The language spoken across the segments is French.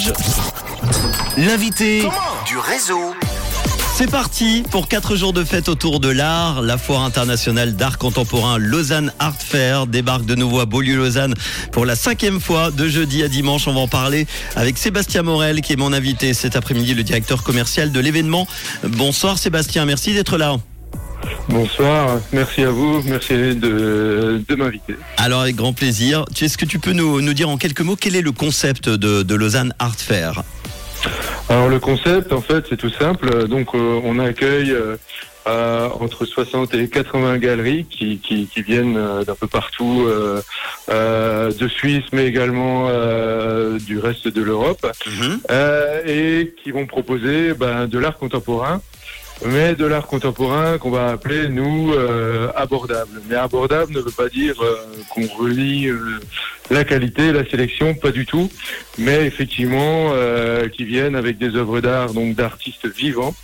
Rouge. L'invité du réseau. C'est parti pour 4 jours de fête autour de l'art. La foire internationale d'art contemporain Lausanne Art Fair débarque de nouveau à Beaulieu-Lausanne pour la 5e fois de jeudi à dimanche. On va en parler avec Sébastien Morel qui est mon invité cet après-midi, le directeur commercial de l'événement. Bonsoir Sébastien, merci d'être là. Bonsoir, merci à vous, merci de m'inviter. Alors avec grand plaisir. Est-ce que tu peux nous dire en quelques mots quel est le concept de Lausanne Art Fair ? Alors le concept en fait c'est tout simple, donc on accueille entre 60 et 80 galeries qui viennent d'un peu partout, de Suisse mais également du reste de l'Europe, et qui vont proposer de l'art contemporain. Mais de l'art contemporain qu'on va appeler, nous, abordable. Mais abordable ne veut pas dire qu'on relie la qualité, la sélection, pas du tout. Mais effectivement, qui viennent avec des œuvres d'art, donc d'artistes vivants,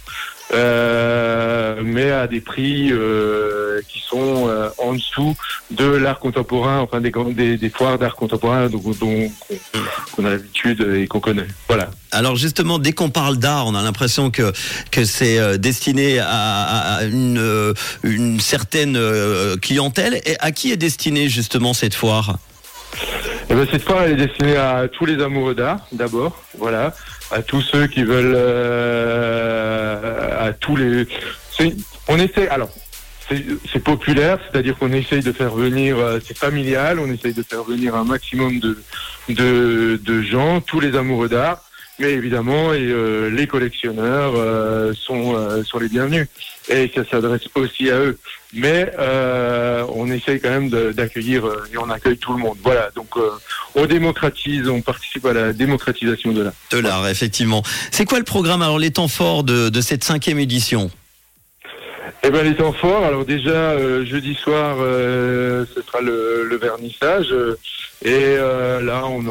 mais à des prix qui sont en dessous de l'art contemporain, enfin des foires d'art contemporain qu'on a l'habitude et qu'on connaît. Voilà. Alors justement, dès qu'on parle d'art, on a l'impression que c'est destiné à une certaine clientèle. Et à qui est destinée justement cette foire ? Eh bien, cette foire elle est destinée à tous les amoureux d'art, d'abord, voilà, à tous ceux qui veulent, à tous les. On essaie. Alors, c'est populaire, c'est-à-dire qu'on essaye de faire venir, c'est familial, on essaye de faire venir un maximum de gens, tous les amoureux d'art. Mais évidemment, les collectionneurs sont les bienvenus. Et ça s'adresse aussi à eux. Mais on essaye quand même d'accueillir, et on accueille tout le monde. Voilà, donc on participe à la démocratisation de l'art. De l'art, effectivement. C'est quoi le programme, alors les temps forts de cette 5e édition ? Eh ben les temps forts, alors déjà jeudi soir ce sera le vernissage et là on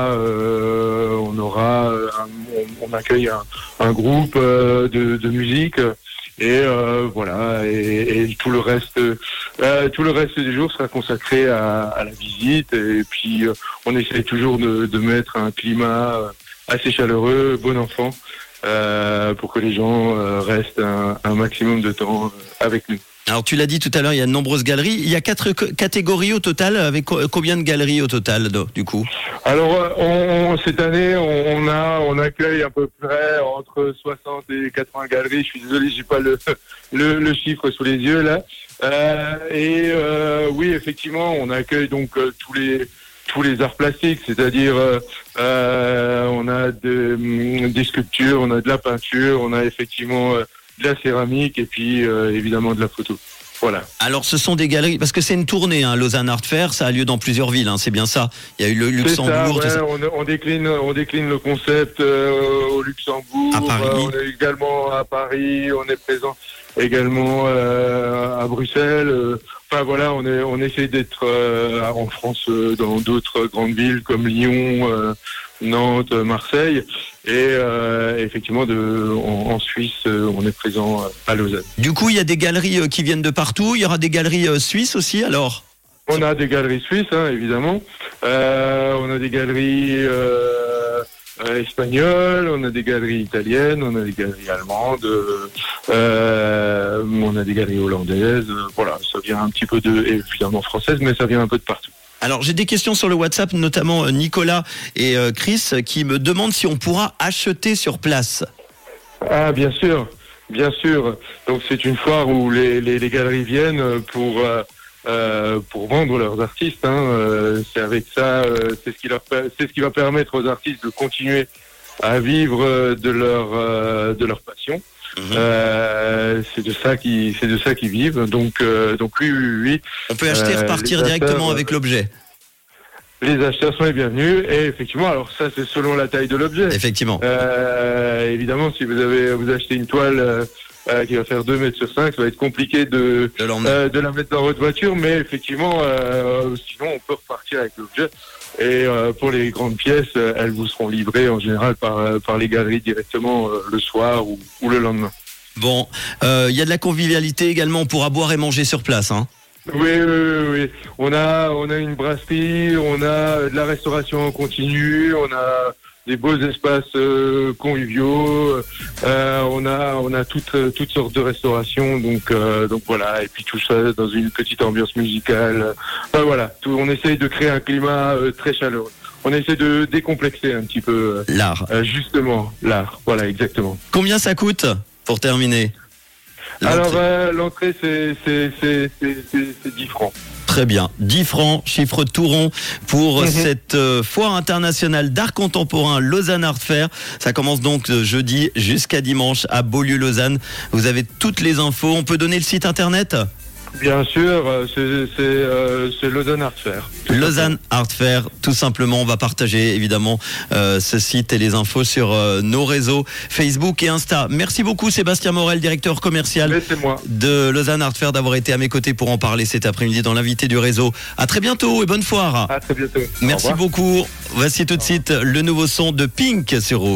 accueille un groupe de musique et voilà et tout le reste du jour sera consacré à la visite et puis on essaie toujours de mettre un climat assez chaleureux, bon enfant. Pour que les gens restent un maximum de temps avec nous. Alors tu l'as dit tout à l'heure, il y a de nombreuses galeries. Il y a 4 catégories au total. Avec combien de galeries au total du coup ? Alors cette année on accueille à peu près entre 60 et 80 galeries. Je suis désolé, j'ai pas le chiffre sous les yeux là. Oui effectivement on accueille donc tous les arts plastiques, c'est-à-dire on a des sculptures, on a de la peinture, on a effectivement de la céramique et puis évidemment de la photo. Voilà. Alors ce sont des galeries, parce que c'est une tournée, Lausanne Art Fair, ça a lieu dans plusieurs villes, c'est bien ça. Il y a eu le Luxembourg. C'est ça, ouais, on décline le concept au Luxembourg, à Paris. On est également à Paris, on est présent également à Bruxelles. Enfin voilà, on essaie d'être en France dans d'autres grandes villes comme Lyon, Nantes, Marseille et effectivement en Suisse on est présent à Lausanne. Du coup il y a des galeries qui viennent de partout, il y aura des galeries suisses aussi alors ? On a des galeries suisses évidemment, on a des galeries espagnoles, on a des galeries italiennes, on a des galeries allemandes, on a des galeries hollandaises, voilà, ça vient un petit peu évidemment françaises, mais ça vient un peu de partout. Alors j'ai des questions sur le WhatsApp, notamment Nicolas et Chris qui me demandent si on pourra acheter sur place. Ah bien sûr. Donc c'est une foire où les galeries viennent pour vendre leurs artistes. C'est avec ça, c'est ce qui va permettre aux artistes de continuer à vivre de leur passion. C'est de ça qu'ils vivent. Donc oui. On peut acheter et repartir directement avec l'objet. Les acheteurs sont les bienvenus et effectivement, alors ça c'est selon la taille de l'objet. Effectivement. Évidemment, si vous achetez une toile qui va faire 2 mètres sur 5, ça va être compliqué de la mettre dans votre voiture, mais effectivement, sinon on peut repartir avec l'objet. Et pour les grandes pièces, elles vous seront livrées en général par les galeries directement le soir ou le lendemain. Bon, y a de la convivialité également, on pourra boire et manger sur place, Oui. On a une brasserie, on a de la restauration en continu, on a des beaux espaces conviviaux. On a toutes sortes de restaurations, donc voilà. Et puis tout ça dans une petite ambiance musicale. Enfin, voilà, on essaye de créer un climat très chaleureux. On essaie de décomplexer un petit peu l'art. Justement, l'art. Voilà, exactement. Combien ça coûte pour terminer? Alors, l'entrée, c'est 10 francs. Très bien. 10 francs, chiffre tout rond pour cette foire internationale d'art contemporain Lausanne Art Fair. Ça commence donc jeudi jusqu'à dimanche à Beaulieu-Lausanne. Vous avez toutes les infos. On peut donner le site internet ? Bien sûr, c'est Lausanne Art Fair. Lausanne Art Fair, tout simplement. On va partager évidemment ce site et les infos sur nos réseaux Facebook et Insta. Merci beaucoup Sébastien Morel, directeur commercial de Lausanne Art Fair, d'avoir été à mes côtés pour en parler cet après-midi dans l'invité du réseau. À très bientôt et bonne foire. À très bientôt. Merci beaucoup. Voici tout de suite le nouveau son de Pink sur Rouge.